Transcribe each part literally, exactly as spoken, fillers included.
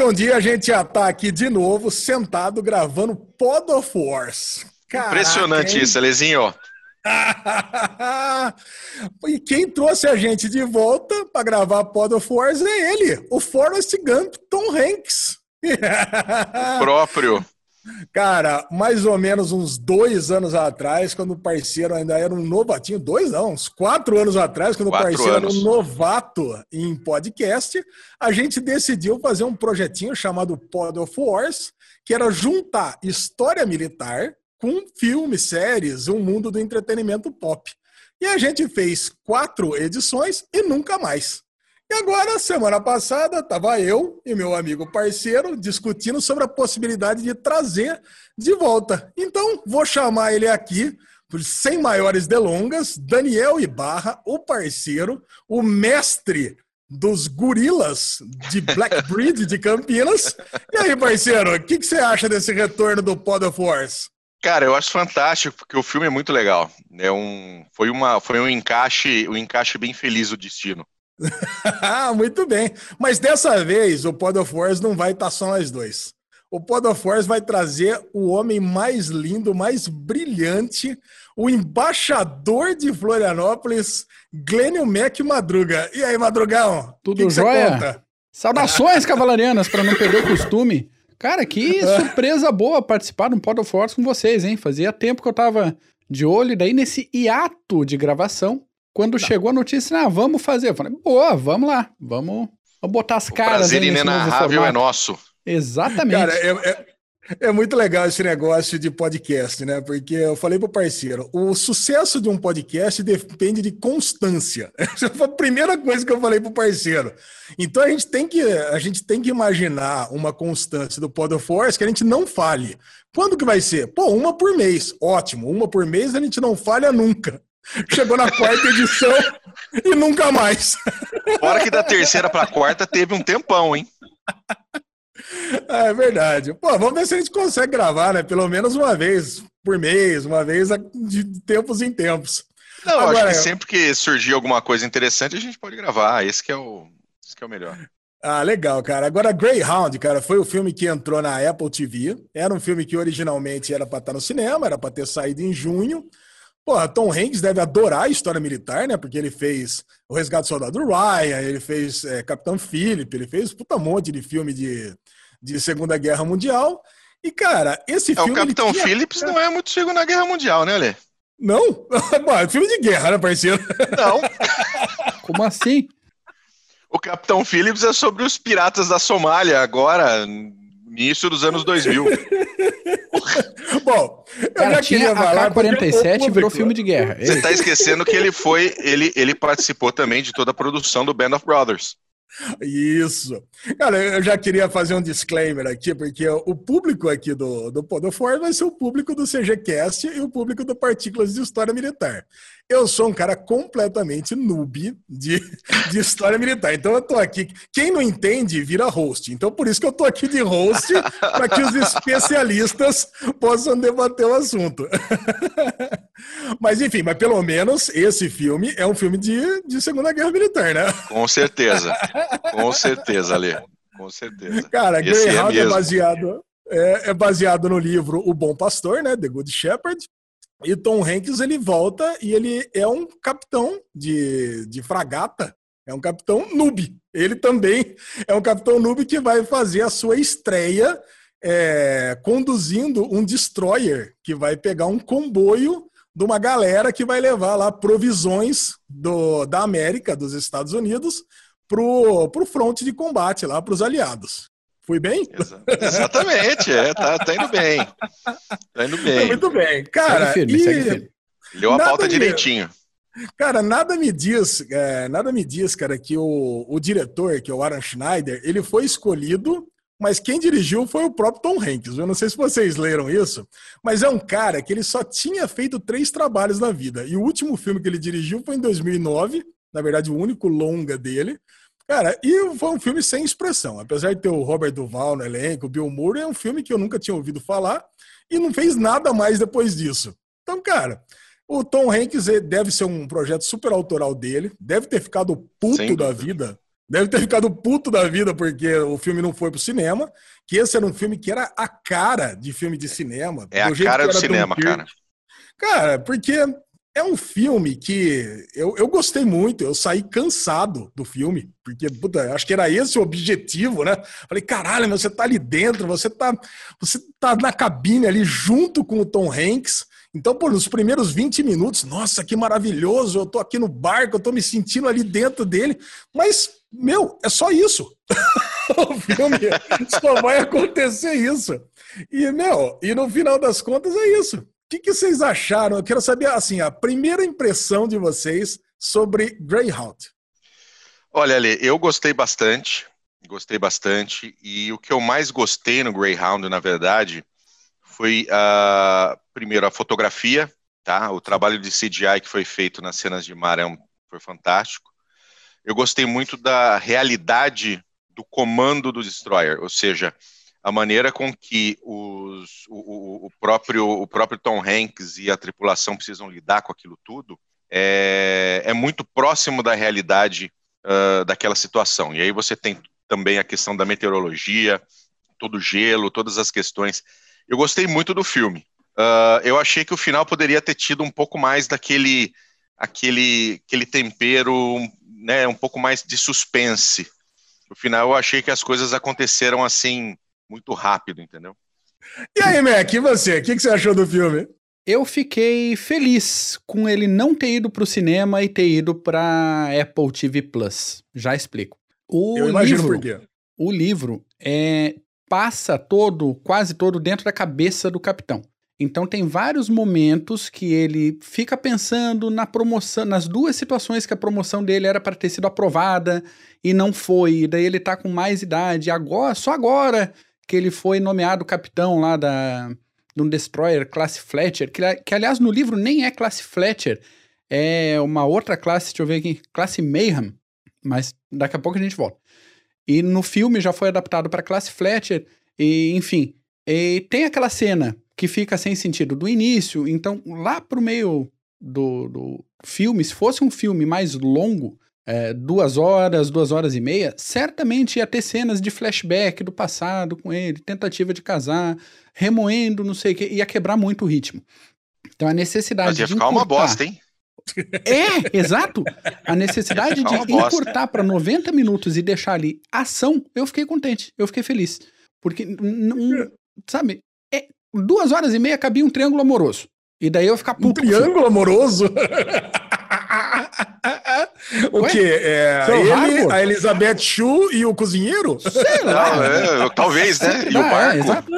um dia a gente já tá aqui de novo, sentado, gravando Pod of Wars. Caraca, impressionante hein? Isso, Alezinho. E quem trouxe a gente de volta para gravar Pod of Wars é ele, o Forrest Gump, Tom Hanks. O próprio. Cara, mais ou menos uns dois anos atrás, quando o parceiro ainda era um novatinho, dois não, uns quatro anos atrás, quando quatro o parceiro anos. era um novato em podcast, a gente decidiu fazer um projetinho chamado Pod of Wars, que era juntar história militar com filmes, séries, um mundo do entretenimento pop. E a gente fez quatro edições e nunca mais. E agora, semana passada, estava eu e meu amigo parceiro discutindo sobre a possibilidade de trazer de volta. Então, vou chamar ele aqui, sem maiores delongas, Daniel Ibarra, o parceiro, o mestre dos gorilas de Black Breed de Campinas. E aí, parceiro, o que, que você acha desse retorno do Pod of Wars? Cara, eu acho fantástico, porque o filme é muito legal. É um, foi, uma, foi um encaixe, um encaixe bem feliz do destino. Muito bem, mas dessa vez o Pod of Wars não vai estar só nós dois. O Pod of Wars vai trazer o homem mais lindo, mais brilhante, o embaixador de Florianópolis, Glênio Mac Madruga. E aí, Madrugão? Tudo que jóia? Conta? Saudações cavalarianas, para não perder o costume. Cara, que surpresa boa participar de um Pod of Wars com vocês, hein? Fazia tempo que eu tava de olho, e daí nesse hiato de gravação, quando não. chegou a notícia, ah, vamos fazer. Eu falei, boa, vamos lá, vamos, vamos botar as caras. O prazer inenarrável é nosso. Exatamente. Cara, é, é, é muito legal esse negócio de podcast, né? Porque eu falei pro parceiro, o sucesso de um podcast depende de constância. Essa foi a primeira coisa que eu falei pro parceiro. Então a gente tem que, a gente tem que imaginar uma constância do Pod of Wars que a gente não falhe. Quando que vai ser? Pô, uma por mês. Ótimo, uma por mês a gente não falha nunca. Chegou na quarta edição e nunca mais. Fora que da terceira pra quarta teve um tempão, hein? É verdade. Pô, vamos ver se a gente consegue gravar, né? Pelo menos uma vez por mês, uma vez de tempos em tempos. Não, Agora, acho que sempre que surgir alguma coisa interessante, a gente pode gravar. Esse que é o, esse que é o melhor. Ah, legal, cara. Agora, Greyhound, cara, foi o filme que entrou na Apple T V. Era um filme que originalmente era para estar no cinema, era para ter saído em junho. Pô, Tom Hanks deve adorar a história militar, né? Porque ele fez O Resgate do Soldado Ryan, ele fez é, Capitão Philip, ele fez puta monte de filme de, de Segunda Guerra Mundial. E, cara, esse é, filme... O Capitão tinha... Phillips não é muito Segunda Guerra Mundial, né, Lê? Não? Bom, é filme de guerra, né, parceiro? Não. Como assim? O Capitão Phillips é sobre os piratas da Somália, agora, início dos anos dois mil. Bom, eu Cara, já tinha queria a falar... K quarenta e sete virou filme de guerra. Você tá esquecendo que ele foi, ele, ele participou também de toda a produção do Band of Brothers. Isso. Cara, eu já queria fazer um disclaimer aqui, porque o público aqui do, do Pod of Wars vai ser o público do C G Cast e o público do Partículas de História Militar. Eu sou um cara completamente noob de, de história militar. Então eu tô aqui. Quem não entende, vira host. Então por isso que eu tô aqui de host, para que os especialistas possam debater o assunto. Mas enfim, mas pelo menos esse filme é um filme de, de Segunda Guerra Militar, né? Com certeza. Com certeza, Ale. Com certeza. Cara, Greyhound é, é baseado, é, é baseado no livro O Bom Pastor, né? The Good Shepherd. E Tom Hanks, ele volta e ele é um capitão de, de fragata, é um capitão noob. Ele também é um capitão noob que vai fazer a sua estreia é, conduzindo um destroyer que vai pegar um comboio de uma galera que vai levar lá provisões do, da América, dos Estados Unidos, pro, pro fronte de combate lá, pros aliados. Fui bem? Exa- exatamente, é, tá, tá indo bem. Tá indo bem. Muito bem. Cara, segue firme, e... segue firme. Leu a pauta me... direitinho. Cara, nada me diz, é, nada me diz, cara, que o, o diretor, que é o Aaron Schneider, ele foi escolhido, mas quem dirigiu foi o próprio Tom Hanks. Eu não sei se vocês leram isso, mas é um cara que ele só tinha feito três trabalhos na vida. E o último filme que ele dirigiu foi em dois mil e nove, na verdade o único longa dele. Cara, e foi um filme sem expressão. Apesar de ter o Robert Duvall no elenco, o Bill Murray, é um filme que eu nunca tinha ouvido falar e não fez nada mais depois disso. Então, cara, o Tom Hanks deve ser um projeto super autoral dele, deve ter ficado puto da vida Deve ter ficado puto da vida porque o filme não foi pro cinema, que esse era um filme que era a cara de filme de cinema. É a cara do cinema, cara. Cara, porque é um filme que eu, eu gostei muito, eu saí cansado do filme, porque, puta, acho que era esse o objetivo, né? Falei, caralho, mas você tá ali dentro, você tá, você tá na cabine ali junto com o Tom Hanks. Então, pô, nos primeiros vinte minutos, nossa, que maravilhoso, eu tô aqui no barco, eu tô me sentindo ali dentro dele, mas, meu, é só isso. O filme só vai acontecer isso. E, meu, e no final das contas é isso. O que, que vocês acharam? Eu quero saber, assim, a primeira impressão de vocês sobre Greyhound. Olha, Ale, eu gostei bastante, gostei bastante, e o que eu mais gostei no Greyhound, na verdade, foi, uh, primeiro, a fotografia, tá? O trabalho de C G I que foi feito nas cenas de mar foi fantástico. Eu gostei muito da realidade do comando do Destroyer, ou seja, a maneira com que os, o, o, próprio, o próprio Tom Hanks e a tripulação precisam lidar com aquilo tudo é, é muito próximo da realidade uh, daquela situação. E aí você tem também a questão da meteorologia, todo o gelo, todas as questões. Eu gostei muito do filme. Uh, eu achei que o final poderia ter tido um pouco mais daquele aquele, aquele tempero, né, um pouco mais de suspense. No final eu achei que as coisas aconteceram assim, muito rápido, entendeu? E aí, Mac, e você? O que, que você achou do filme? Eu fiquei feliz com ele não ter ido pro cinema e ter ido pra Apple T V Plus. Já explico. O eu imagino livro, por quê. O livro é, passa todo, quase todo, dentro da cabeça do capitão. Então tem vários momentos que ele fica pensando na promoção, nas duas situações que a promoção dele era para ter sido aprovada e não foi. E daí ele tá com mais idade. Agora, só agora que ele foi nomeado capitão lá da, de um Destroyer, classe Fletcher, que, que aliás no livro nem é classe Fletcher, é uma outra classe, deixa eu ver aqui, classe Mayhem, mas daqui a pouco a gente volta. E no filme já foi adaptado para classe Fletcher, e enfim, e tem aquela cena que fica sem sentido do início, então lá pro meio do, do filme, se fosse um filme mais longo, é, duas horas, duas horas e meia, certamente ia ter cenas de flashback do passado com ele, tentativa de casar, remoendo, não sei o que, ia quebrar muito o ritmo. Então a necessidade Mas ia de ficar encurtar... uma bosta, hein? É, exato. A necessidade de encurtar para noventa minutos e deixar ali ação, eu fiquei contente, eu fiquei feliz. Porque, um, sabe, é, duas horas e meia cabia um triângulo amoroso. E daí eu ficar puto. Um triângulo amoroso? O Ué? quê? É, ele, a Elizabeth Shue e o cozinheiro? Sei lá. Não, é, talvez, né? Sempre E o dá, barco. É, exato.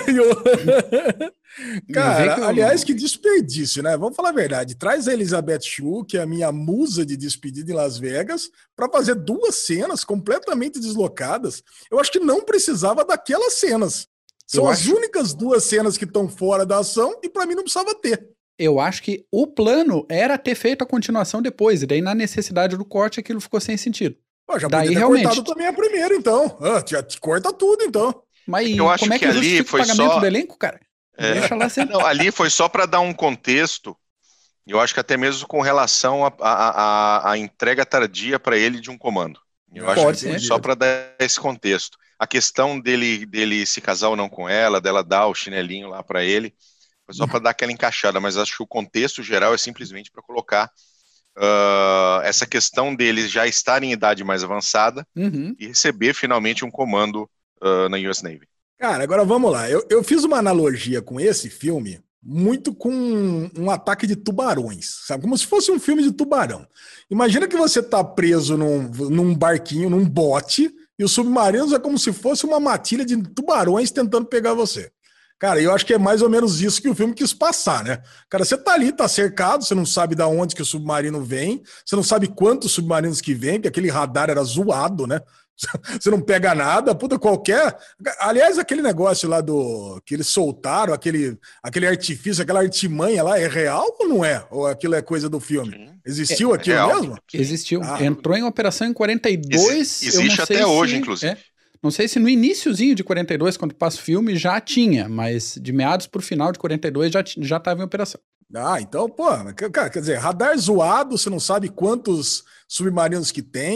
Cara, eu... aliás, que desperdício, né? Vamos falar a verdade. Traz a Elizabeth Shue, que é a minha musa de despedida em Las Vegas, para fazer duas cenas completamente deslocadas. Eu acho que não precisava daquelas cenas. São eu as acho... únicas duas cenas que estão fora da ação e para mim não precisava ter. Eu acho que o plano era ter feito a continuação depois, e daí na necessidade do corte aquilo ficou sem sentido. Pô, já daí podia ter realmente... cortado também a primeira, então. Ah, já corta tudo, então. Mas eu acho como é que, que justifica ali foi o pagamento só... do elenco, cara? É. Deixa lá sempre. Não, ali foi só para dar um contexto, eu acho que até mesmo com relação à entrega tardia para ele de um comando. Eu Pode acho que ser. foi só para dar esse contexto. A questão dele, dele se casar ou não com ela, dela dar o chinelinho lá para ele, foi só para dar aquela encaixada, mas acho que o contexto geral é simplesmente para colocar uh, essa questão deles já estar em idade mais avançada uhum. e receber finalmente um comando uh, na U S Navy. Cara, agora vamos lá. Eu, eu fiz uma analogia com esse filme muito com um, um ataque de tubarões, sabe? Como se fosse um filme de tubarão. Imagina que você tá preso num, num barquinho, num bote, e os submarinos é como se fosse uma matilha de tubarões tentando pegar você. Cara, eu acho que é mais ou menos isso que o filme quis passar, né? Cara, você tá ali, tá cercado, você não sabe de onde que o submarino vem, você não sabe quantos submarinos que vem, porque aquele radar era zoado, né? Você não pega nada, puta, qualquer... Aliás, aquele negócio lá do... que eles soltaram, aquele, aquele artifício, aquela artimanha lá, é real ou não é? Ou aquilo é coisa do filme? Existiu é, aquilo é mesmo? Existiu. Ah, Entrou em operação em quarenta e dois. Existe, existe até hoje, se, inclusive. É, não sei se no iniciozinho de quarenta e dois, quando passa o filme, já tinha, mas de meados pro final de quarenta e dois já, já tava em operação. Ah, então, pô, cara, quer dizer, radar zoado, você não sabe quantos submarinos que tem,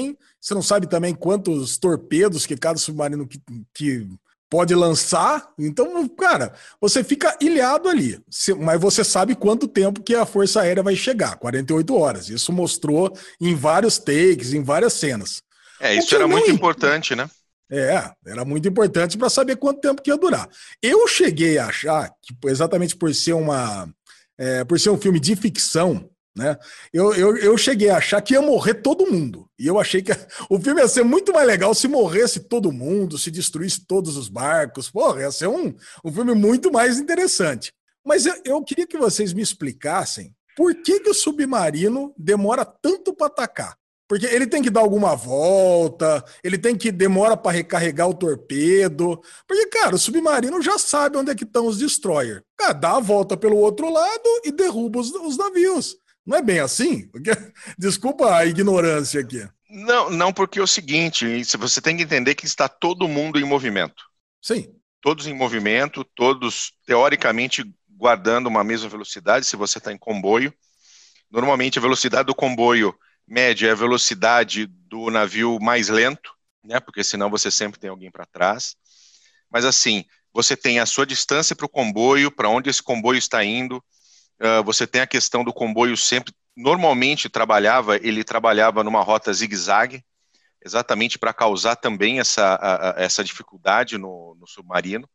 você não sabe também quantos torpedos que cada submarino que, que pode lançar. Então, cara, você fica ilhado ali, mas você sabe quanto tempo que a Força Aérea vai chegar, quarenta e oito horas. Isso mostrou em vários takes, em várias cenas. É, isso era muito importante, né? É, era muito importante para saber quanto tempo que ia durar. Eu cheguei a achar que, exatamente por ser uma, é, por ser um filme de ficção, né? Eu, eu, eu cheguei a achar que ia morrer todo mundo. E eu achei que o filme ia ser muito mais legal se morresse todo mundo, se destruísse todos os barcos. Porra, ia ser um, um filme muito mais interessante. Mas eu, eu queria que vocês me explicassem por que, que o submarino demora tanto para atacar. Porque ele tem que dar alguma volta, ele tem que demora para recarregar o torpedo. Porque, cara, o submarino já sabe onde é que estão os destroyers. Cara, dá a volta pelo outro lado e derruba os, os navios. Não é bem assim? Porque, desculpa a ignorância aqui. Não, não, porque é o seguinte, você tem que entender que está todo mundo em movimento. Sim. Todos em movimento, todos, teoricamente, guardando uma mesma velocidade, se você está em comboio. Normalmente, a velocidade do comboio média é a velocidade do navio mais lento, né? Porque senão você sempre tem alguém para trás. Mas assim, você tem a sua distância para o comboio, para onde esse comboio está indo. Uh, você tem a questão do comboio sempre, normalmente trabalhava, ele trabalhava numa rota zigue-zague, exatamente para causar também essa, a, a, essa dificuldade no, no submarino.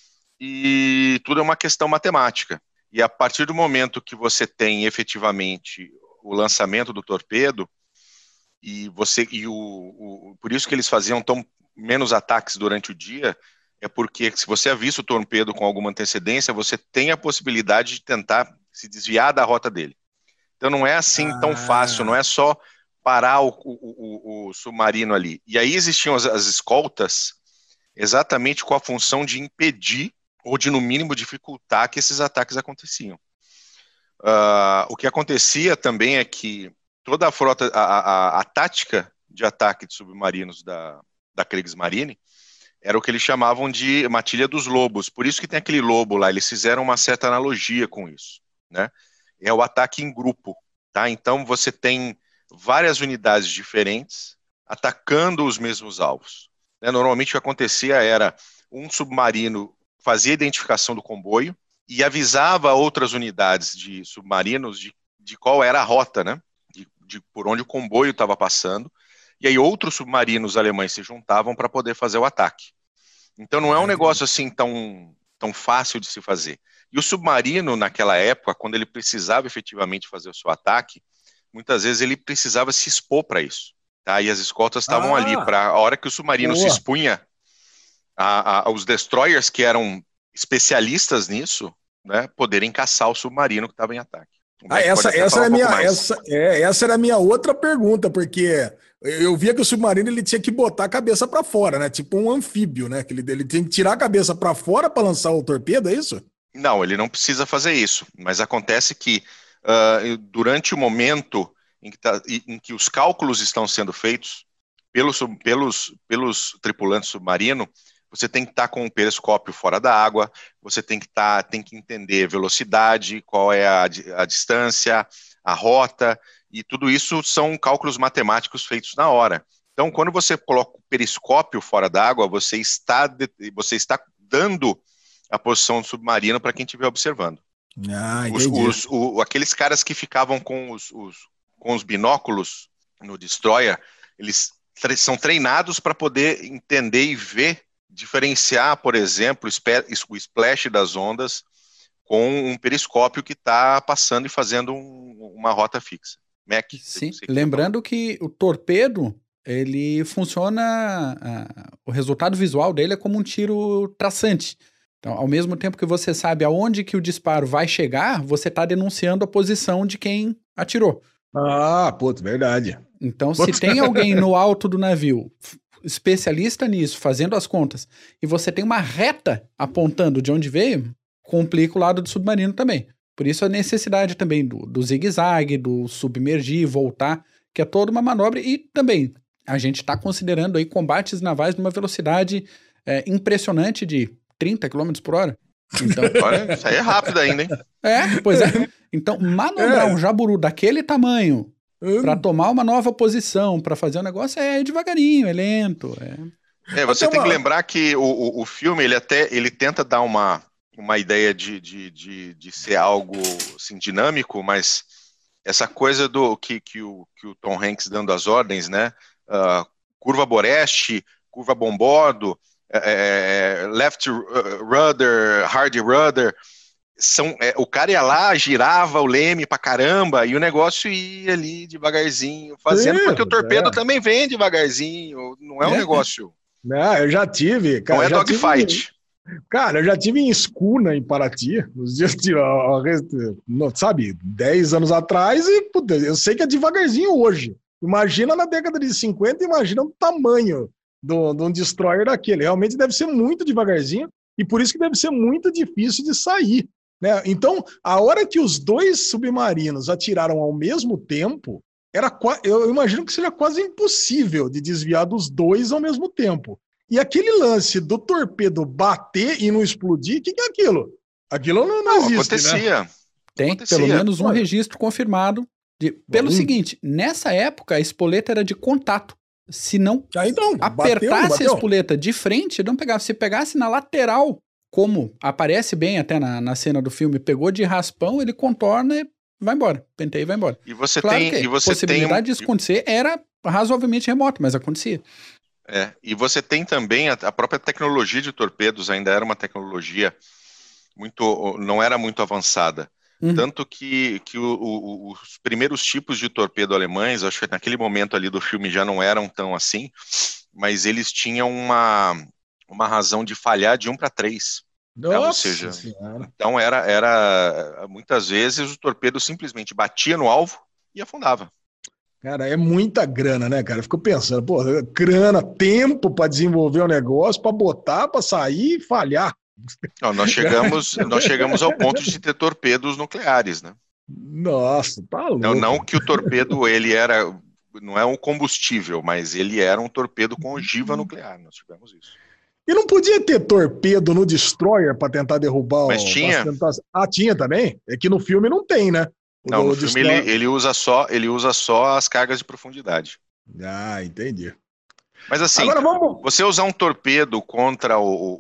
E tudo é uma questão matemática. E a partir do momento que você tem efetivamente o lançamento do torpedo, e você e o, o por isso que eles faziam tão menos ataques durante o dia, é porque se você avista o torpedo com alguma antecedência, você tem a possibilidade de tentar se desviar da rota dele. Então não é assim ah. tão fácil, não é só parar o, o, o, o submarino ali. E aí existiam as, as escoltas exatamente com a função de impedir ou de, no mínimo, dificultar que esses ataques aconteciam. Uh, o que acontecia também é que toda a frota, a, a, a tática de ataque de submarinos da, da Kriegsmarine era o que eles chamavam de matilha dos lobos. Por isso que tem aquele lobo lá, eles fizeram uma certa analogia com isso, né? É o ataque em grupo, tá? Então você tem várias unidades diferentes atacando os mesmos alvos, né? Normalmente o que acontecia era um submarino fazia a identificação do comboio e avisava outras unidades de submarinos de, de qual era a rota, né? De, de por onde o comboio estava passando, e aí outros submarinos alemães se juntavam para poder fazer o ataque. Então não é um negócio assim tão, tão fácil de se fazer. E o submarino, naquela época, quando ele precisava efetivamente fazer o seu ataque, muitas vezes ele precisava se expor para isso, tá? E as escoltas estavam ah, ali, para a hora que o submarino boa. se expunha, a, a, os destroyers que eram especialistas nisso, né, poderem caçar o submarino que estava em ataque. Ah, essa, essa, era um minha, essa, é, essa era a minha outra pergunta, porque eu via que o submarino ele tinha que botar a cabeça para fora, né? Tipo um anfíbio, né? Que ele, ele tem que tirar a cabeça para fora para lançar o torpedo, é isso? Não, ele não precisa fazer isso, mas acontece que uh, durante o momento em que, tá, em que os cálculos estão sendo feitos pelos, pelos, pelos tripulantes submarinos, você tem que estar com o periscópio fora da água, você tem que, tá, tem que entender velocidade, qual é a, a distância, a rota, e tudo isso são cálculos matemáticos feitos na hora. Então, quando você coloca o periscópio fora da água, você está, de, você está dando a posição do submarino para quem estiver observando. Ah, os, os, o, aqueles caras que ficavam com os, os, com os binóculos no destroyer, eles tre- são treinados para poder entender e ver, diferenciar, por exemplo, o splash das ondas com um periscópio que está passando e fazendo um, uma rota fixa. Mac, sim, lembrando que, que o torpedo, ele funciona, uh, o resultado visual dele é como um tiro traçante. Então, ao mesmo tempo que você sabe aonde que o disparo vai chegar, você está denunciando a posição de quem atirou. Ah, puto, verdade. Então, se tem alguém no alto do navio, especialista nisso, fazendo as contas, e você tem uma reta apontando de onde veio, complica o lado do submarino também. Por isso a necessidade também do, do zigue-zague, do submergir, voltar, que é toda uma manobra. E também a gente está considerando aí combates navais numa velocidade é, impressionante de trinta quilômetros por hora. Então, olha, isso aí é rápido ainda, hein? É, pois é. Então, manobrar é. um jaburu daquele tamanho Hum. Para tomar uma nova posição, para fazer um negócio, é devagarinho, é lento. É, é você tem uma... que lembrar que o, o, o filme, ele até ele tenta dar uma, uma ideia de, de, de, de ser algo assim, dinâmico, mas essa coisa do que, que, o, que o Tom Hanks dando as ordens, né? Uh, curva boreste, curva bombordo, é, left rudder, hard rudder, são, é, o cara ia lá, girava o leme pra caramba, e o negócio ia ali devagarzinho, fazendo, é, porque o torpedo é. também vem devagarzinho, não é, é um negócio... Não, eu já tive... Cara, não é dogfight. Cara, eu já tive em escuna em Paraty, nos dias de, sabe, dez anos atrás, e puta, eu sei que é devagarzinho hoje. Imagina na década de cinquenta, imagina o tamanho de um destroyer daquele. Realmente deve ser muito devagarzinho, e por isso que deve ser muito difícil de sair. Né? Então, a hora que os dois submarinos atiraram ao mesmo tempo, era, eu imagino que seria quase impossível de desviar dos dois ao mesmo tempo. E aquele lance do torpedo bater e não explodir, o que, que é aquilo? Aquilo não, não, não existe, acontecia. Né? Tem acontecia. Pelo menos um registro confirmado. De, pelo Bom. seguinte, nessa época a espoleta era de contato. Se não ah, então, apertasse bateu, bateu. a espoleta de frente, não pegava. Se pegasse na lateral, como aparece bem até na, na cena do filme, pegou de raspão, ele contorna e vai embora. Penteia e vai embora. E você claro tem, que e você a possibilidade tem um... disso acontecer era razoavelmente remota, mas acontecia. É, e você tem também a, a própria tecnologia de torpedos, ainda era uma tecnologia muito, não era muito avançada. Uhum. Tanto que, que o, o, os primeiros tipos de torpedo alemães, acho que naquele momento ali do filme já não eram tão assim, mas eles tinham uma, uma razão de falhar de um para três. Nossa, ou seja, senhora. Então era, era muitas vezes o torpedo simplesmente batia no alvo e afundava. Cara, é muita grana, né, cara? Eu fico pensando, pô, grana, tempo para desenvolver o um negócio, para botar, para sair e falhar. Não, nós chegamos, nós chegamos ao ponto de ter torpedos nucleares, né? Nossa, tá louco. Não, não que o torpedo, ele era, não é um combustível, mas ele era um torpedo com ogiva nuclear, nós tivemos isso. E não podia ter torpedo no destroyer para tentar derrubar mas o... Mas tinha. Tentar... Ah, tinha também? É que no filme não tem, né? O não, no filme destroyer... ele, ele, usa só, ele usa só as cargas de profundidade. Ah, entendi. Mas assim, Agora vamos... você usar um torpedo contra o, o,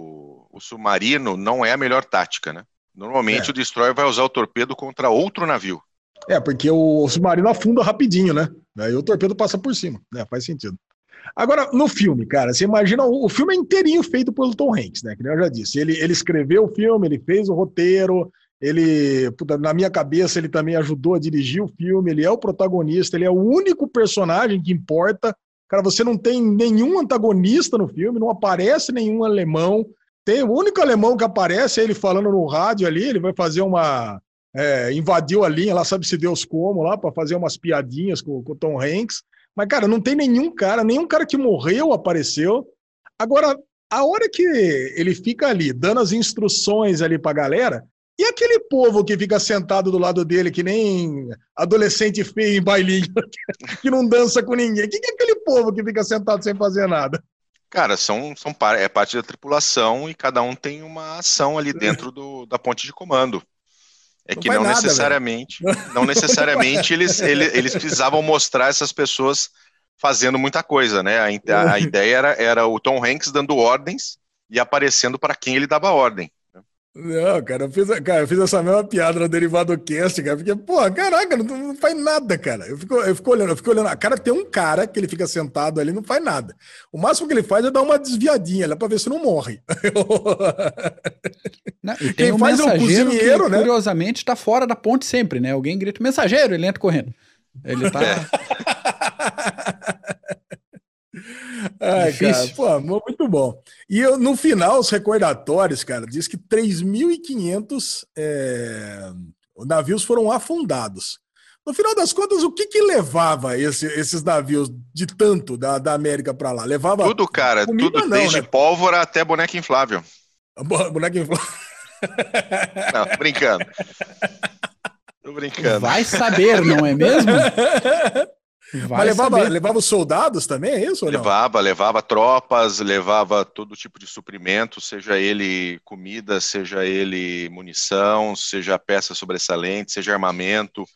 o, o submarino não é a melhor tática, né? Normalmente é. o destroyer vai usar o torpedo contra outro navio. É, porque o, o submarino afunda rapidinho, né? Aí o torpedo passa por cima, né? Faz sentido. Agora, no filme, cara, você imagina, o, o filme é inteirinho feito pelo Tom Hanks, né? Que eu já disse, ele, ele escreveu o filme, ele fez o roteiro, ele, na minha cabeça, ele também ajudou a dirigir o filme, ele é o protagonista, ele é o único personagem que importa. Cara, você não tem nenhum antagonista no filme, não aparece nenhum alemão. Tem, o único alemão que aparece é ele falando no rádio ali, ele vai fazer uma... É, invadiu a linha, lá sabe-se Deus como, lá, para fazer umas piadinhas com, com o Tom Hanks. Mas, cara, não tem nenhum cara, nenhum cara que morreu apareceu. Agora, a hora que ele fica ali, dando as instruções ali pra galera, e aquele povo que fica sentado do lado dele, que nem adolescente feio em bailinho, que não dança com ninguém. O que é aquele povo que fica sentado sem fazer nada? Cara, são, são é parte da tripulação e cada um tem uma ação ali dentro do, da ponte de comando. É não que não nada, necessariamente, velho. não necessariamente eles, eles, eles precisavam mostrar essas pessoas fazendo muita coisa, né? A, a ideia era, era o Tom Hanks dando ordens e aparecendo para quem ele dava ordem. Não, cara eu, fiz, cara, eu fiz essa mesma piada no Derivado Cast, cara, porque, pô, caraca, não, não faz nada, cara. Eu fico, eu fico olhando, eu fico olhando. Cara, tem um cara que ele fica sentado ali, não faz nada. O máximo que ele faz é dar uma desviadinha lá pra ver se não morre. Não, e tem Quem um faz mensageiro é o cozinheiro, que, né? Curiosamente, tá fora da ponte sempre, né? Alguém grita, mensageiro, ele entra correndo. Ele tá... Ai, cara, pô, muito bom. E eu, no final, os recordatórios, cara, diz que três mil e quinhentos é, navios foram afundados. No final das contas, o que que levava esse, esses navios de tanto da, da América para lá? Levava tudo, cara, comida, tudo, não, desde né? pólvora até boneca inflável. Boneca inflável. Não, tô brincando. Tô brincando. Vai saber, não é mesmo? Vai Mas levava, levava os soldados também, é isso? Ou levava, não? levava tropas, levava todo tipo de suprimento, seja ele comida, seja ele munição, seja peça sobressalente, seja armamento.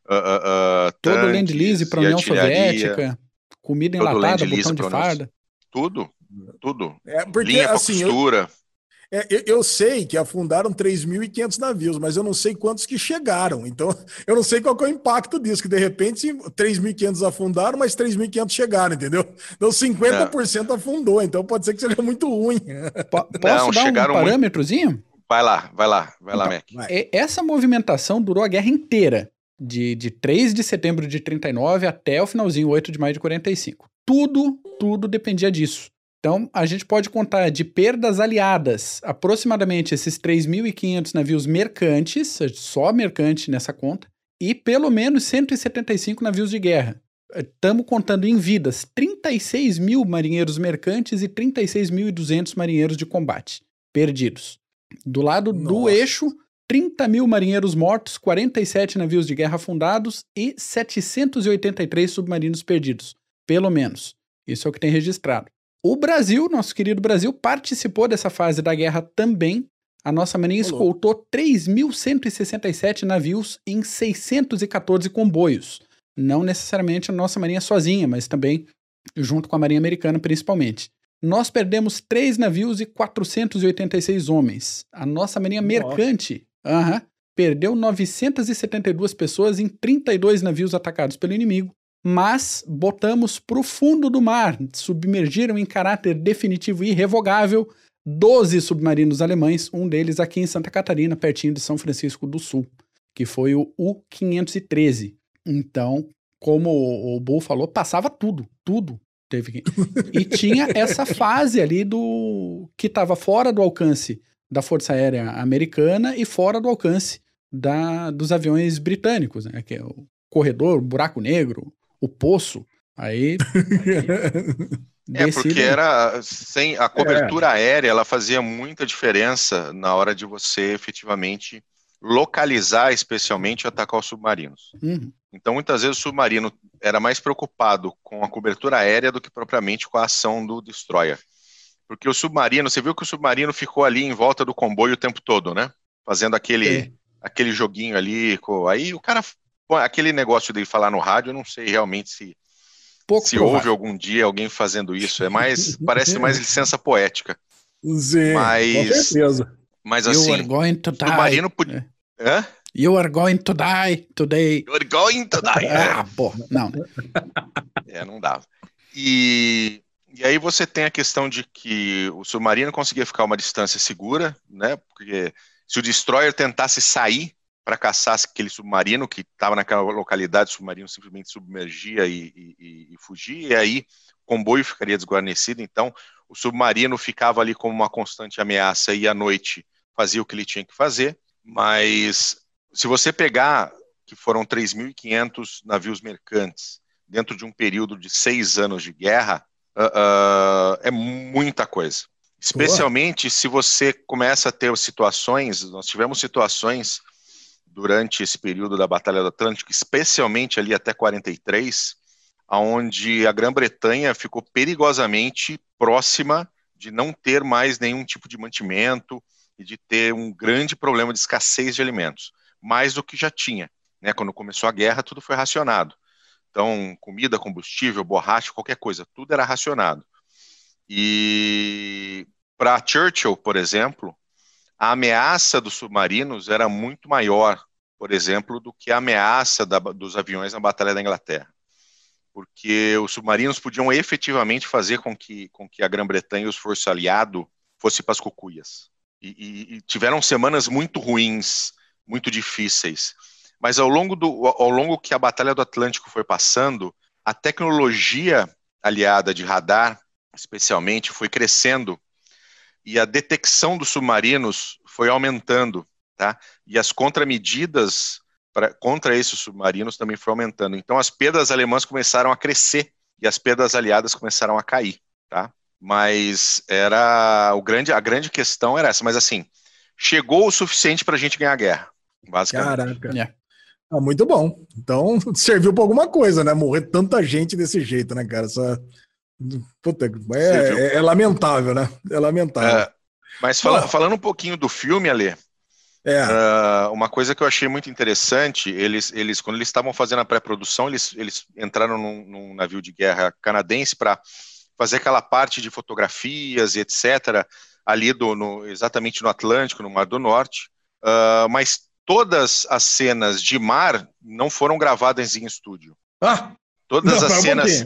uh, uh, uh, todo o Land-Lease para a União Soviética, comida enlatada, botão de farda. Tudo, tudo. É, porque, linha para assim, costura. Eu, é, eu, eu sei que afundaram três mil e quinhentos navios, mas eu não sei quantos que chegaram. Então, eu não sei qual que é o impacto disso, que de repente três mil e quinhentos afundaram, mas três mil e quinhentos chegaram, entendeu? Então, cinquenta por cento não. afundou, então pode ser que seja muito ruim. P- posso não, dar um parâmetrozinho? Muito... Vai lá, vai lá, vai então, lá, Mac. Vai. Essa movimentação durou a guerra inteira, de, de três de setembro de trinta e nove até o finalzinho, oito de maio de quarenta e cinco. Tudo, tudo dependia disso. Então, a gente pode contar de perdas aliadas, aproximadamente esses três mil e quinhentos navios mercantes, só mercante nessa conta, e pelo menos cento e setenta e cinco navios de guerra. Estamos contando em vidas trinta e seis mil marinheiros mercantes e trinta e seis mil e duzentos marinheiros de combate perdidos. Do lado Nossa. do eixo, trinta mil marinheiros mortos, quarenta e sete navios de guerra afundados e setecentos e oitenta e três submarinos perdidos, pelo menos. Isso é o que tem registrado. O Brasil, nosso querido Brasil, participou dessa fase da guerra também. A nossa marinha escoltou três mil cento e sessenta e sete navios em seiscentos e quatorze comboios. Não necessariamente a nossa marinha sozinha, mas também junto com a marinha americana, principalmente. Nós perdemos três navios e quatrocentos e oitenta e seis homens. A nossa marinha nossa. mercante uh-huh, perdeu novecentas e setenta e duas pessoas em trinta e dois navios atacados pelo inimigo, mas botamos para o fundo do mar, submergiram em caráter definitivo e irrevogável doze submarinos alemães, um deles aqui em Santa Catarina, pertinho de São Francisco do Sul, que foi o U quinhentos e treze. Então, como o Bull falou, passava tudo, tudo. Teve que... E tinha essa fase ali do que estava fora do alcance da Força Aérea Americana e fora do alcance da, dos aviões britânicos, né? Que é o corredor, o buraco negro, o poço. Aí. É, porque era sem a cobertura é. aérea, ela fazia muita diferença na hora de você efetivamente localizar, especialmente, e atacar os submarinos. Uhum. Então, muitas vezes, o submarino era mais preocupado com a cobertura aérea do que propriamente com a ação do destroyer. Porque o submarino, você viu que o submarino ficou ali em volta do comboio o tempo todo, né? Fazendo aquele, é. aquele joguinho ali. Aí o cara, aquele negócio de falar no rádio, eu não sei realmente se, se houve algum dia alguém fazendo isso. É mais, parece mais licença poética. Sim, mas, com certeza. Mas assim, you are going to o submarino podia... É. Hã? You are going to die today. You are going to die. Ah, pô, não. É, não dava. E, e aí você tem a questão de que o submarino conseguia ficar uma distância segura, né? Porque se o destroyer tentasse sair para caçar aquele submarino que estava naquela localidade, o submarino simplesmente submergia e, e, e fugia, e aí o comboio ficaria desguarnecido. Então, o submarino ficava ali como uma constante ameaça e à noite fazia o que ele tinha que fazer, mas... Se você pegar, que foram três mil e quinhentos navios mercantes dentro de um período de seis anos de guerra, uh, uh, é muita coisa. Especialmente Boa. se você começa a ter situações, nós tivemos situações durante esse período da Batalha do Atlântico, especialmente ali até quarenta e três, onde a Grã-Bretanha ficou perigosamente próxima de não ter mais nenhum tipo de mantimento e de ter um grande problema de escassez de alimentos. Mais do que já tinha, né? Quando começou a guerra, tudo foi racionado. Então, comida, combustível, borracha, qualquer coisa, tudo era racionado. E para Churchill, por exemplo, a ameaça dos submarinos era muito maior, por exemplo, do que a ameaça da, dos aviões na Batalha da Inglaterra. Porque os submarinos podiam efetivamente fazer com que, com que a Grã-Bretanha e os forças aliados fossem para as cucuias. E, e, e tiveram semanas muito ruins, muito difíceis, mas ao longo, do, ao longo que a Batalha do Atlântico foi passando, a tecnologia aliada de radar, especialmente, foi crescendo e a detecção dos submarinos foi aumentando, tá? E as contramedidas pra, contra esses submarinos também foi aumentando. Então as perdas alemãs começaram a crescer e as perdas aliadas começaram a cair, tá? Mas era o grande, a grande questão era essa, mas assim, chegou o suficiente para a gente ganhar a guerra, basicamente. Caraca. Yeah. Ah, muito bom. Então, serviu para alguma coisa, né? Morrer tanta gente desse jeito, né, cara? Essa... Puta, é, é, é lamentável, né? É lamentável. É, mas fala, falando um pouquinho do filme, Alê, É. Uh, uma coisa que eu achei muito interessante, eles, eles quando eles estavam fazendo a pré-produção, eles, eles entraram num, num navio de guerra canadense para fazer aquela parte de fotografias e etcétera, ali do, no, exatamente no Atlântico, no Mar do Norte, uh, mas todas as cenas de mar não foram gravadas em estúdio. Ah! Todas não, as cenas...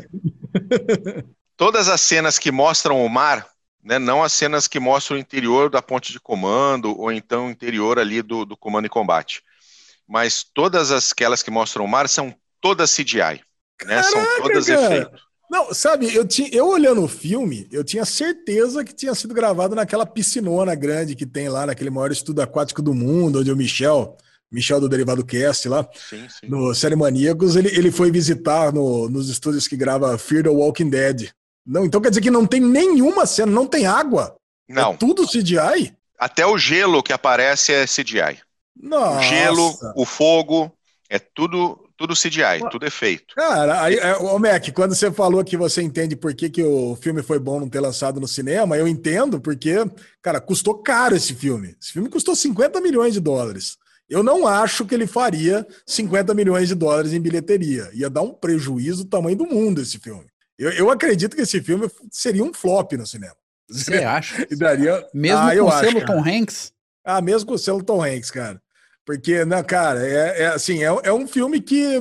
todas as cenas que mostram o mar, né, não as cenas que mostram o interior da ponte de comando ou então o interior ali do, do comando e combate. Mas todas as, aquelas que mostram o mar são todas C G I. Né, Caraca, são todas cara. efeitos. Não, sabe, eu, tinha, eu olhando o filme, eu tinha certeza que tinha sido gravado naquela piscinona grande que tem lá, naquele maior estudo aquático do mundo, onde o Michel, Michel do Derivado Cast lá, sim, sim. no Série Maníacos, ele, ele foi visitar no, nos estúdios que grava Fear the Walking Dead. Não, então quer dizer que não tem nenhuma cena, não tem água? Não. É tudo C G I? Até o gelo que aparece é C G I. Nossa. O gelo, o fogo, é tudo, tudo C G I, tudo efeito. Cara, aí, é, ô Mac, quando você falou que você entende por que, que o filme foi bom não ter lançado no cinema, eu entendo porque, cara, custou caro esse filme. Esse filme custou cinquenta milhões de dólares. Eu não acho que ele faria cinquenta milhões de dólares em bilheteria. Ia dar um prejuízo do tamanho do mundo esse filme. Eu, eu acredito que esse filme seria um flop no cinema. Você acha? Daria... Mesmo ah, com o selo Tom Hanks? Ah, mesmo com o selo Tom Hanks, cara. Porque, né, cara, é, é assim, é, é um filme que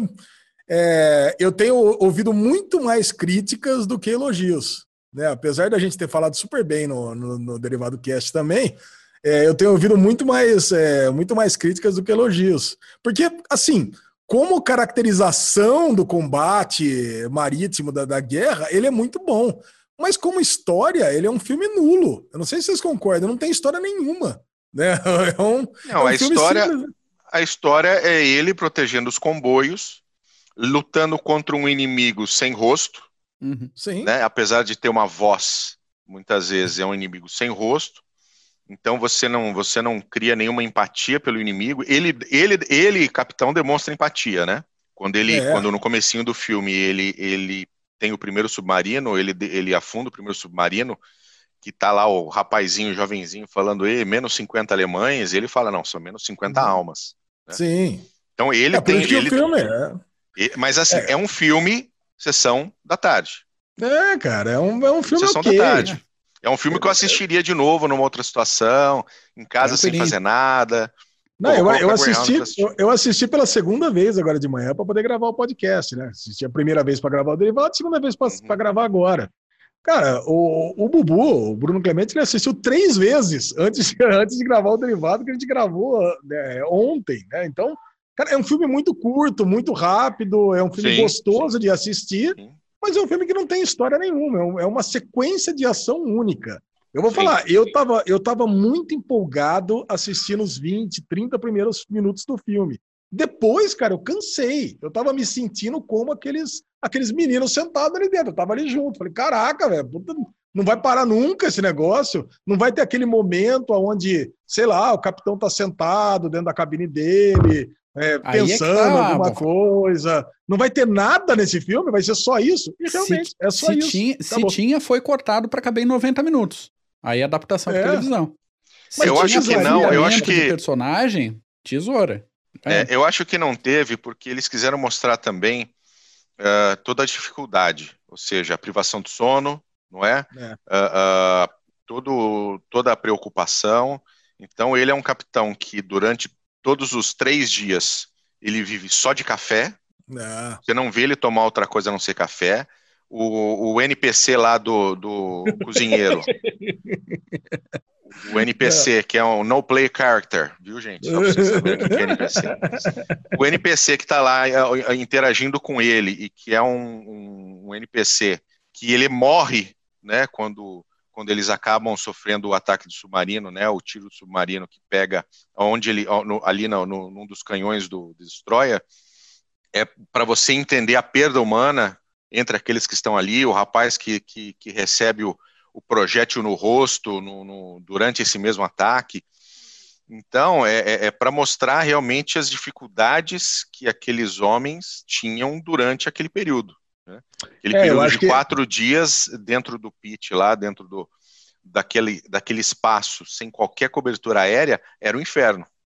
é, eu tenho ouvido muito mais críticas do que elogios. Né? Apesar da gente ter falado super bem no, no, no Derivado Cast também, é, eu tenho ouvido muito mais, é, muito mais críticas do que elogios. Porque, assim... Como caracterização do combate marítimo da, da guerra, ele é muito bom. Mas como história, ele é um filme nulo. Eu não sei se vocês concordam, não tem história nenhuma. Né? É um, não, é um a, história, a história é ele protegendo os comboios, lutando contra um inimigo sem rosto, uhum. Sim. Né? Apesar de ter uma voz, muitas vezes é um inimigo sem rosto. Então você não, você não cria nenhuma empatia pelo inimigo. Ele, ele, ele, capitão, demonstra empatia, né? Quando ele, é. quando no comecinho do filme ele, ele tem o primeiro submarino, ele, ele afunda o primeiro submarino, que tá lá o rapazinho, o jovenzinho falando, ei, menos cinquenta alemães, e ele fala, não, são menos cinquenta uhum. almas. Né? Sim. Então ele é tem... Ele, o filme é. Mas assim, é. é um filme, sessão da tarde. É, cara, é um, é um filme Sessão okay, da tarde. Né? É um filme que eu assistiria de novo numa outra situação, em casa é sem fazer nada. Não, eu, eu, assisti, eu, eu assisti pela segunda vez agora de manhã para poder gravar o podcast, né? Assisti a primeira vez para gravar o Derivado, a segunda vez para uhum. gravar agora. Cara, o, o Bubu, o Bruno Clemente, ele assistiu três vezes antes, antes de gravar o Derivado, que a gente gravou né, ontem, né? Então, cara, é um filme muito curto, muito rápido, é um filme sim, gostoso sim. de assistir. Sim. Mas é um filme que não tem história nenhuma, é uma sequência de ação única. Eu vou sim, falar, sim. eu tava, eu tava muito empolgado assistindo os vinte, trinta primeiros minutos do filme. Depois, cara, eu cansei. Eu tava me sentindo como aqueles, aqueles meninos sentados ali dentro. Eu tava ali junto. Falei, caraca, velho, não vai parar nunca esse negócio. Não vai ter aquele momento onde, sei lá, o capitão tá sentado dentro da cabine dele... É, pensando em é tá, alguma coisa. Não vai ter nada nesse filme, vai ser só isso. E realmente, se, é só se isso. Tinha, se tinha, foi cortado para caber em noventa minutos. Aí a adaptação é. para televisão. Mas eu acho que não, eu acho que... personagem, tesoura. É. É, eu acho que não teve, porque eles quiseram mostrar também uh, toda a dificuldade, ou seja, a privação do sono, não é? é. Uh, uh, todo, toda a preocupação. Então ele é um capitão que durante todos os três dias ele vive só de café. Não. Você não vê ele tomar outra coisa a não ser café. O, o N P C lá do, do cozinheiro. O N P C, não. que é um no play character, viu, gente? Só pra vocês saberem o que é N P C. O N P C que tá lá interagindo com ele e que é um, um, um N P C que ele morre, né, quando... quando eles acabam sofrendo o ataque do submarino, né, o tiro do submarino que pega onde ele, no, ali no, no, num dos canhões do, do Destroyer, é para você entender a perda humana entre aqueles que estão ali, o rapaz que, que, que recebe o, o projétil no rosto no, no, durante esse mesmo ataque. Então, é, é, é para mostrar realmente as dificuldades que aqueles homens tinham durante aquele período. Né? Aquele é, período de que... quatro dias dentro do pit lá, dentro do, daquele, daquele espaço, sem qualquer cobertura aérea, era um inferno.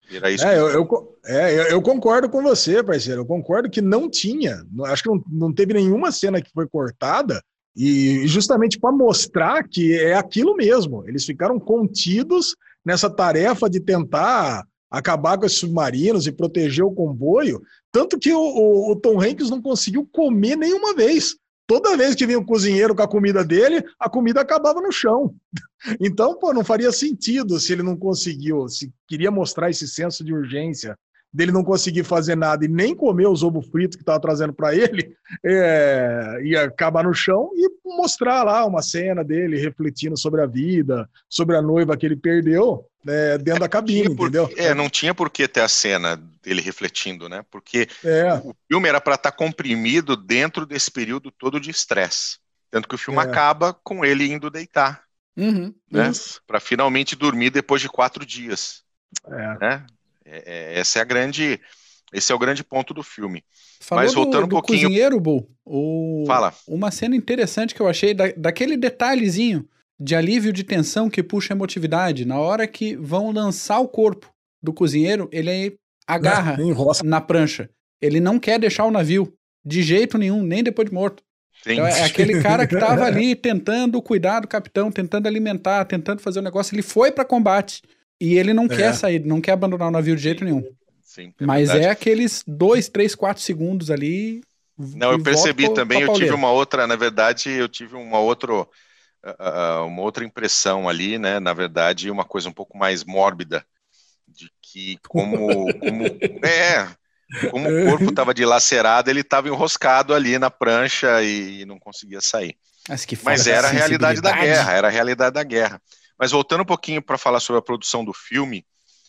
Era isso é, que eu, eu, é, eu, eu concordo com você, parceiro. Eu concordo que não tinha. Acho que não, não teve nenhuma cena que foi cortada. E justamente para mostrar que é aquilo mesmo. Eles ficaram contidos nessa tarefa de tentar acabar com esses submarinos e proteger o comboio. Tanto que o, o, o Tom Hanks não conseguiu comer nenhuma vez. Toda vez que vinha o cozinheiro com a comida dele, a comida acabava no chão. Então, pô, não faria sentido se ele não conseguiu, se queria mostrar esse senso de urgência dele não conseguir fazer nada e nem comer os ovos fritos que estava trazendo para ele, é, ia acabar no chão e mostrar lá uma cena dele refletindo sobre a vida, sobre a noiva que ele perdeu, né, dentro é, da cabine, por, entendeu? É, não tinha por que ter a cena dele refletindo, né? Porque é. o, o filme era para estar tá comprimido dentro desse período todo de estresse. Tanto que o filme é. acaba com ele indo deitar, uhum, né? Para finalmente dormir depois de quatro dias. É. Né? É, essa é a grande, esse é o grande ponto do filme. Falou Mas voltando do, um do pouquinho... cozinheiro, Bull, o... Fala. Uma cena interessante que eu achei, da, daquele detalhezinho de alívio de tensão que puxa a emotividade, na hora que vão lançar o corpo do cozinheiro, ele agarra é, na prancha. Ele não quer deixar o navio, de jeito nenhum, nem depois de morto. Sim. Então é aquele cara que estava ali tentando cuidar do capitão, tentando alimentar, tentando fazer o negócio, ele foi para combate. E ele não é. quer sair, não quer abandonar o navio de jeito nenhum. Sim, é Mas verdade. é aqueles dois, três, quatro segundos ali. Não, eu percebi pra, também, pra eu tive uma outra, na verdade, eu tive uma, outro, uh, uma outra impressão ali, né? Na verdade, uma coisa um pouco mais mórbida, de que como, como, é, como o corpo estava dilacerado, ele estava enroscado ali na prancha e, e não conseguia sair. Mas, que Mas era a realidade da guerra, era a realidade da guerra. Mas voltando um pouquinho para falar sobre a produção do filme,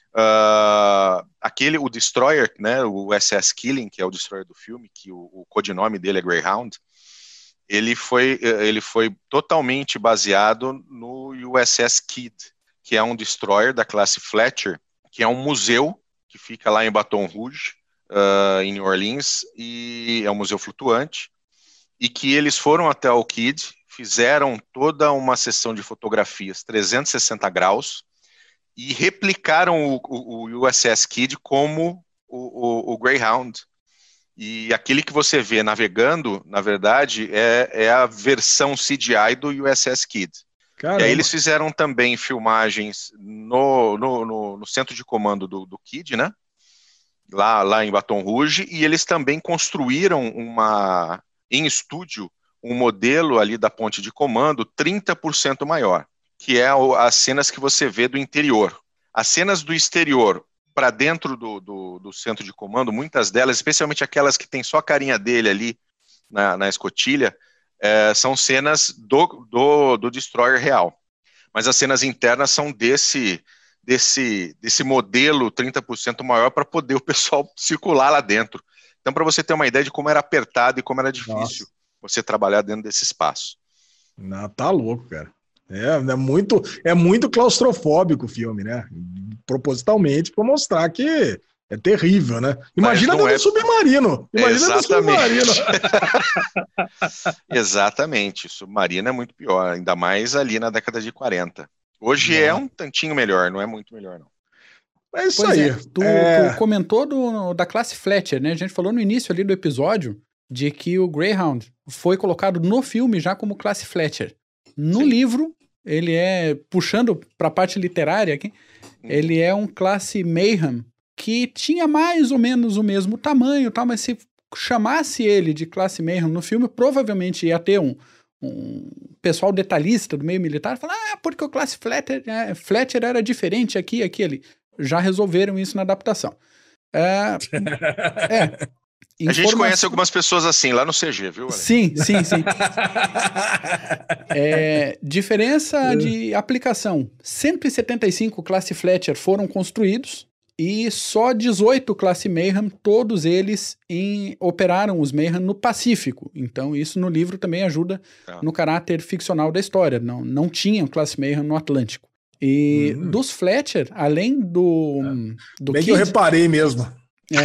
uh, aquele, o Destroyer, né, o U S S Killing, que é o Destroyer do filme, que o, o codinome dele é Greyhound, ele foi, ele foi totalmente baseado no U S S Kidd, que é um Destroyer da classe Fletcher, que é um museu que fica lá em Baton Rouge, uh, em New Orleans, e é um museu flutuante, e que eles foram até o Kidd, fizeram toda uma sessão de fotografias trezentos e sessenta graus e replicaram o, o, o U S S Kidd como o, o, o Greyhound. E aquele que você vê navegando, na verdade, é, é a versão C G I do U S S Kidd. Caramba. E aí eles fizeram também filmagens no, no, no, no centro de comando do, do Kidd, né? Lá, lá em Baton Rouge, e eles também construíram uma, em estúdio, um modelo ali da ponte de comando trinta por cento maior, que é as cenas que você vê do interior. As cenas do exterior para dentro do, do, do centro de comando, muitas delas, especialmente aquelas que tem só a carinha dele ali na, na escotilha, é, são cenas do, do, do Destroyer real. Mas as cenas internas são desse, desse, desse modelo trinta por cento maior para poder o pessoal circular lá dentro. Então, para você ter uma ideia de como era apertado e como era difícil. Nossa. Você trabalhar dentro desse espaço. Não, tá louco, cara. É, é, muito, é muito claustrofóbico o filme, né? Propositalmente para mostrar que é terrível, né? Imagina dentro é... do submarino. Imagina dentro do submarino. Exatamente. O submarino é muito pior, ainda mais ali na década de quarenta. Hoje não. é um tantinho melhor, não é muito melhor, não. É isso pois aí. É, tu, é... tu comentou do, da classe Fletcher, né? A gente falou no início ali do episódio de que o Greyhound foi colocado no filme já como classe Fletcher. No Sim. livro, ele é, puxando para a parte literária aqui, hum. ele é um classe Mayhem, que tinha mais ou menos o mesmo tamanho, tá? Mas se chamasse ele de classe Mayhem no filme, provavelmente ia ter um, um pessoal detalhista do meio militar, falar, ah, porque o classe Fletcher, é, Fletcher era diferente aqui e aqui ali. Já resolveram isso na adaptação. É... é A gente conhece algumas pessoas assim, lá no C G, viu, Ale? Sim, sim, sim. é, diferença de aplicação. cento e setenta e cinco classe Fletcher foram construídos e só dezoito classe Mayhem, todos eles em, operaram os Mayhem no Pacífico. Então isso no livro também ajuda ah. no caráter ficcional da história. Não, não tinham classe Mayhem no Atlântico. E hum. dos Fletcher, além do... É. do Bem Kidd, que eu reparei mesmo. É.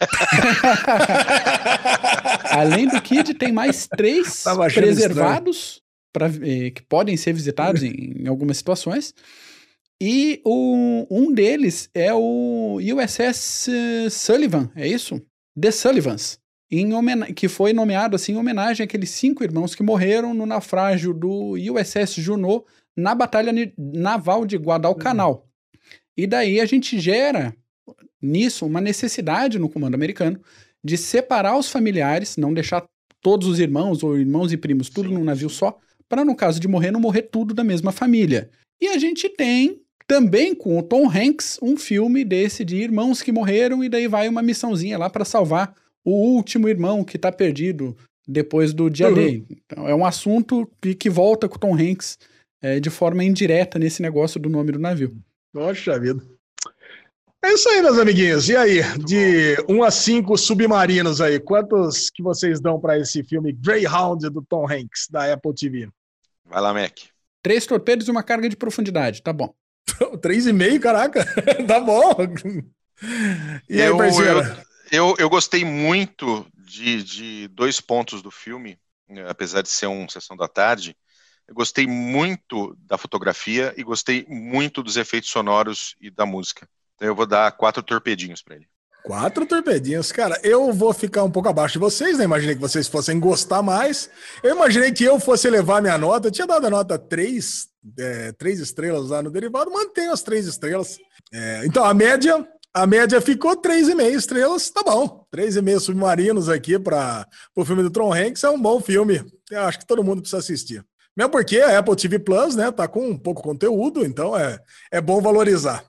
Além do Kidd, tem mais três preservados pra, eh, que podem ser visitados em, em algumas situações. E o, um deles é o U S S Sullivan, é isso? The Sullivans, em que foi nomeado assim, em homenagem àqueles cinco irmãos que morreram no naufrágio do U S S Juneau na Batalha Naval de Guadalcanal. Uhum. E daí a gente gera nisso uma necessidade no comando americano de separar os familiares, não deixar todos os irmãos ou irmãos e primos tudo sim, num navio sim. só, para no caso de morrer, não morrer tudo da mesma família. E a gente tem também com o Tom Hanks um filme desse de irmãos que morreram e daí vai uma missãozinha lá para salvar o último irmão que tá perdido depois do dia uhum. D. Então é um assunto que, que volta com o Tom Hanks é, de forma indireta nesse negócio do nome do navio. Poxa vida. É isso aí, meus amiguinhos. E aí, de um a cinco submarinos aí, quantos que vocês dão para esse filme Greyhound do Tom Hanks, da Apple T V? Vai lá, Mac. Três torpedos e uma carga de profundidade, tá bom. Três e meio, caraca, tá bom. E aí, eu, parceiro? Eu, eu, eu gostei muito de, de dois pontos do filme, apesar de ser uma sessão da tarde. Eu gostei muito da fotografia e gostei muito dos efeitos sonoros e da música. Então eu vou dar quatro torpedinhos para ele. Quatro torpedinhos, cara. Eu vou ficar um pouco abaixo de vocês, né? Imaginei que vocês fossem gostar mais. Eu imaginei que eu fosse levar minha nota. Eu tinha dado a nota três, é, três estrelas lá no derivado. Mantenho as três estrelas. É, então a média, a média ficou três e meio estrelas. Tá bom. Três e meio submarinos aqui para o filme do Tom Hanks. É um bom filme. Eu acho que todo mundo precisa assistir. Mesmo porque a Apple T V Plus, né, tá com um pouco conteúdo, então é, é bom valorizar.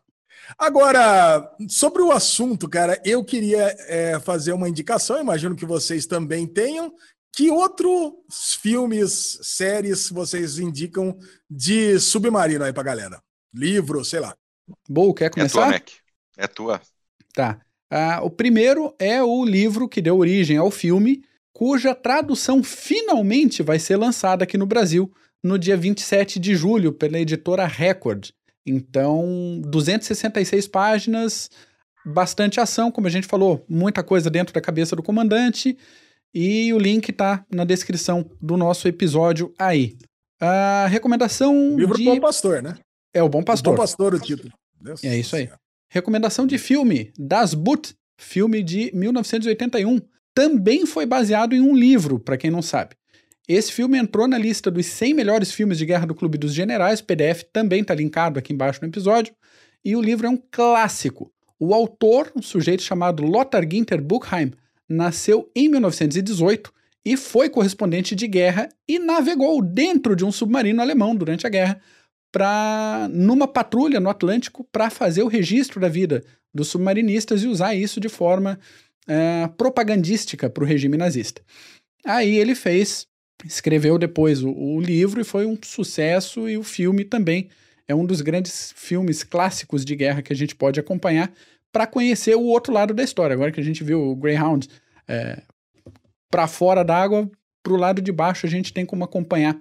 Agora, sobre o assunto, cara, eu queria é, fazer uma indicação, imagino que vocês também tenham. Que outros filmes, séries vocês indicam de submarino aí pra galera? Livro, sei lá. Boa, quer começar? É tua, Mac. É tua. Tá. Ah, o primeiro é o livro que deu origem ao filme, cuja tradução finalmente vai ser lançada aqui no Brasil no dia vinte e sete de julho pela editora Record. Então, duzentas e sessenta e seis páginas, bastante ação, como a gente falou, muita coisa dentro da cabeça do comandante, e o link tá na descrição do nosso episódio aí. A recomendação Livro de... Bom Pastor, né? É o Bom Pastor. O Bom Pastor, o título. Deus é isso aí. Céu. Recomendação de filme, Das Boot, filme de mil novecentos e oitenta e um, também foi baseado em um livro, para quem não sabe. Esse filme entrou na lista dos cem melhores filmes de guerra do Clube dos Generais, o P D F também está linkado aqui embaixo no episódio, e o livro é um clássico. O autor, um sujeito chamado Lothar Günther Buchheim, nasceu em mil novecentos e dezoito e foi correspondente de guerra e navegou dentro de um submarino alemão durante a guerra, pra, numa patrulha no Atlântico, para fazer o registro da vida dos submarinistas e usar isso de forma é, propagandística para o regime nazista. Aí ele fez... Escreveu depois o, o livro e foi um sucesso, e o filme também é um dos grandes filmes clássicos de guerra que a gente pode acompanhar para conhecer o outro lado da história. Agora que a gente viu o Greyhound é, para fora d'água, para o lado de baixo a gente tem como acompanhar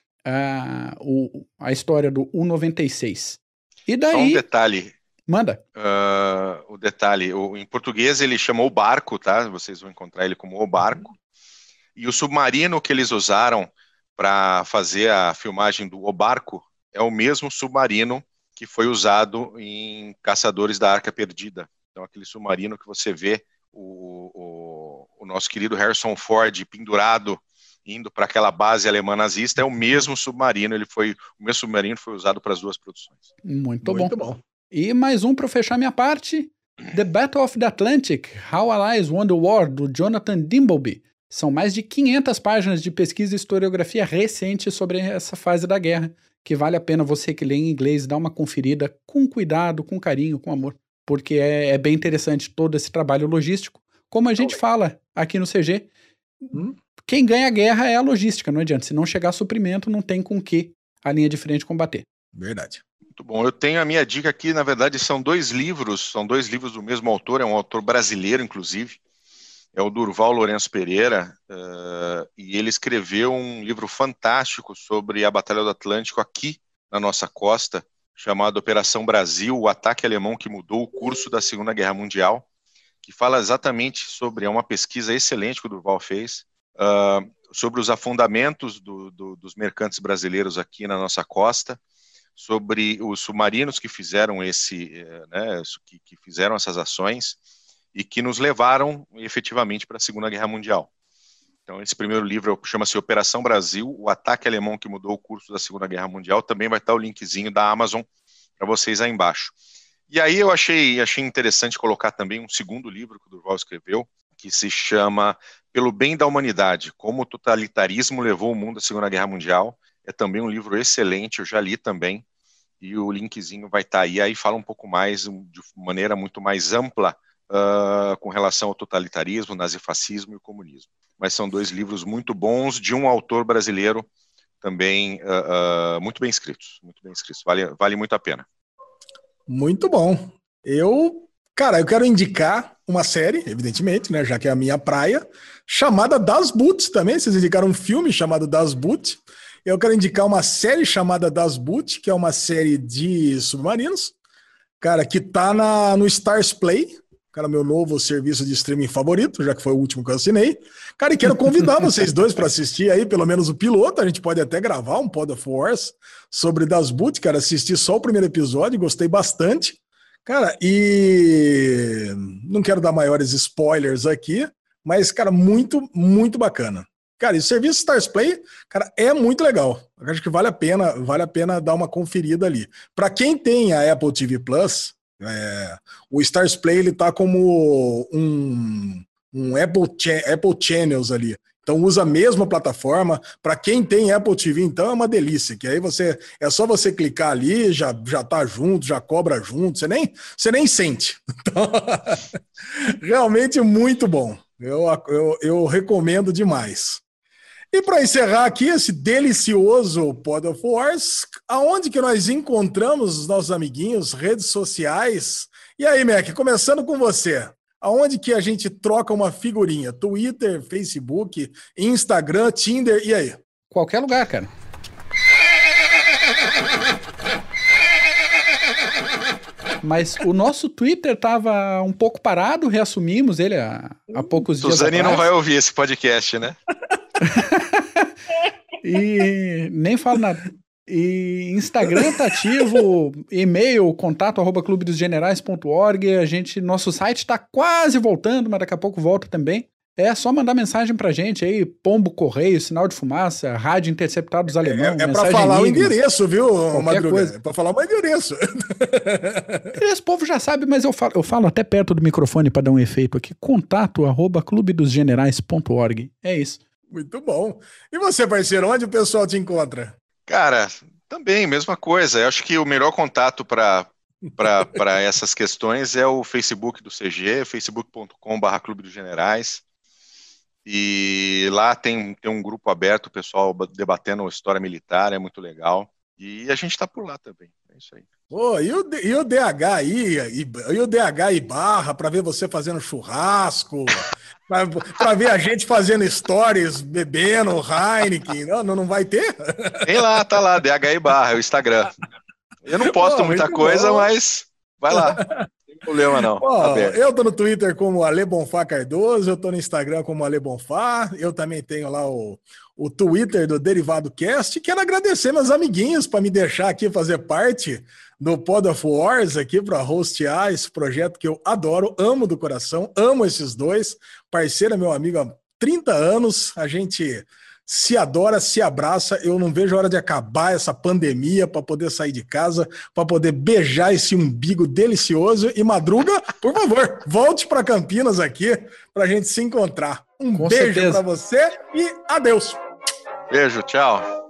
uh, o, a história do U noventa e seis. E daí... Só um detalhe. Manda. Uh, o detalhe, o, em português ele chamou barco, tá? Vocês vão encontrar ele como o barco. E o submarino que eles usaram para fazer a filmagem do O Barco é o mesmo submarino que foi usado em Caçadores da Arca Perdida. Então, aquele submarino que você vê o, o, o nosso querido Harrison Ford pendurado, indo para aquela base alemã nazista, é o mesmo submarino. Ele foi, o mesmo submarino foi usado para as duas produções. Muito, Muito bom. bom. E mais um para fechar minha parte: The Battle of the Atlantic, How Allies Won the War, do Jonathan Dimbleby. São mais de quinhentas páginas de pesquisa e historiografia recente sobre essa fase da guerra, que vale a pena você que lê em inglês dar uma conferida com cuidado, com carinho, com amor, porque é, é bem interessante todo esse trabalho logístico. Como a gente fala aqui no C G, hum? Quem ganha a guerra é a logística, não adianta. Se não chegar suprimento, não tem com que a linha de frente combater. Verdade. Muito bom. Eu tenho a minha dica aqui, na verdade, são dois livros, são dois livros do mesmo autor, é um autor brasileiro, inclusive. É o Durval Lourenço Pereira, uh, e ele escreveu um livro fantástico sobre a Batalha do Atlântico aqui na nossa costa, chamado Operação Brasil, o ataque alemão que mudou o curso da Segunda Guerra Mundial, que fala exatamente sobre, é uma pesquisa excelente que o Durval fez, uh, sobre os afundamentos do, do, dos mercantes brasileiros aqui na nossa costa, sobre os submarinos que fizeram esse, né, que, que fizeram essas ações e que nos levaram efetivamente para a Segunda Guerra Mundial. Então, esse primeiro livro chama-se Operação Brasil, o ataque alemão que mudou o curso da Segunda Guerra Mundial. Também vai estar o linkzinho da Amazon para vocês aí embaixo. E aí eu achei, achei interessante colocar também um segundo livro que o Durval escreveu, que se chama Pelo Bem da Humanidade, Como o Totalitarismo Levou o Mundo à Segunda Guerra Mundial. É também um livro excelente, eu já li também, e o linkzinho vai estar aí, aí fala um pouco mais, de maneira muito mais ampla, uh, com relação ao totalitarismo, nazifascismo e comunismo. Mas são dois livros muito bons, de um autor brasileiro, também uh, uh, muito bem escritos, muito bem escritos, vale, vale muito a pena. Muito bom. Eu, cara, eu quero indicar uma série, evidentemente, né, já que é a minha praia, chamada Das Boot também. Vocês indicaram um filme chamado Das Boot. Eu quero indicar uma série chamada Das Boot, que é uma série de submarinos, cara, que tá na, no Stars Play, cara, meu novo serviço de streaming favorito, já que foi o último que eu assinei. Cara, e quero convidar vocês dois para assistir aí, pelo menos o piloto. A gente pode até gravar um Pod of Wars sobre Das Boot, cara, assisti só o primeiro episódio, gostei bastante. Cara, e não quero dar maiores spoilers aqui, mas, cara, muito, muito bacana. Cara, e o serviço Stars Play, cara, é muito legal. Eu acho que vale a pena, vale a pena dar uma conferida ali. Para quem tem a Apple T V Plus, é, o Stars Play, ele tá como um, um Apple, Cha- Apple Channels ali. Então usa a mesma plataforma. Para quem tem Apple T V, então é uma delícia, que aí você é só você clicar ali, já, já tá junto, já cobra junto, você nem, você nem sente. Então, realmente muito bom. Eu, eu, eu recomendo demais. E para encerrar aqui esse delicioso Pod of Wars, aonde que nós encontramos os nossos amiguinhos, redes sociais? E aí, Mac, começando com você, aonde que a gente troca uma figurinha? Twitter, Facebook, Instagram, Tinder, e aí? Qualquer lugar, cara. Mas o nosso Twitter tava um pouco parado, reassumimos ele há, há poucos dias Suzane atrás. Não vai ouvir esse podcast, né? E nem falo nada. E Instagram tá ativo, e-mail, contato arroba clube dos generais ponto org. A gente, nosso site tá quase voltando, mas daqui a pouco volta também. É só mandar mensagem pra gente aí, pombo correio, sinal de fumaça, rádio interceptados alemão. É, é pra falar o endereço, viu, Madruga? Coisa. É pra falar o endereço. Esse povo já sabe, mas eu falo, eu falo até perto do microfone pra dar um efeito aqui. Contato arroba clube dos generais ponto org. É isso. Muito bom. E você, parceiro, onde o pessoal te encontra? Cara, também, mesma coisa. Eu acho que o melhor contato para para essas questões é o Facebook do C G, facebook ponto com barra clube dos generais. E lá tem, tem um grupo aberto, o pessoal debatendo história militar, é muito legal. E a gente está por lá também, é isso aí. Oh, e, o, e o D H aí, e, e o D H e barra, para ver você fazendo churrasco, para ver a gente fazendo stories, bebendo Heineken, não, não vai ter? Tem lá, tá lá, D H e barra, é o Instagram. Eu não posto oh, muita coisa, bom. Mas vai lá. Não tem problema não. Oh, eu tô no Twitter como Ale Bonfá Cardoso, eu tô no Instagram como Ale Bonfá, eu também tenho lá o, o Twitter do Derivado Cast. Quero agradecer meus amiguinhos para me deixar aqui fazer parte do Pod of Wars aqui para hostear esse projeto que eu adoro, amo do coração, amo esses dois, parceiro, meu amigo há trinta anos, a gente se adora, se abraça. Eu não vejo a hora de acabar essa pandemia para poder sair de casa, para poder beijar esse umbigo delicioso. E Madruga, por favor, volte para Campinas aqui para a gente se encontrar. Um Com beijo certeza. para você e adeus. Beijo, tchau.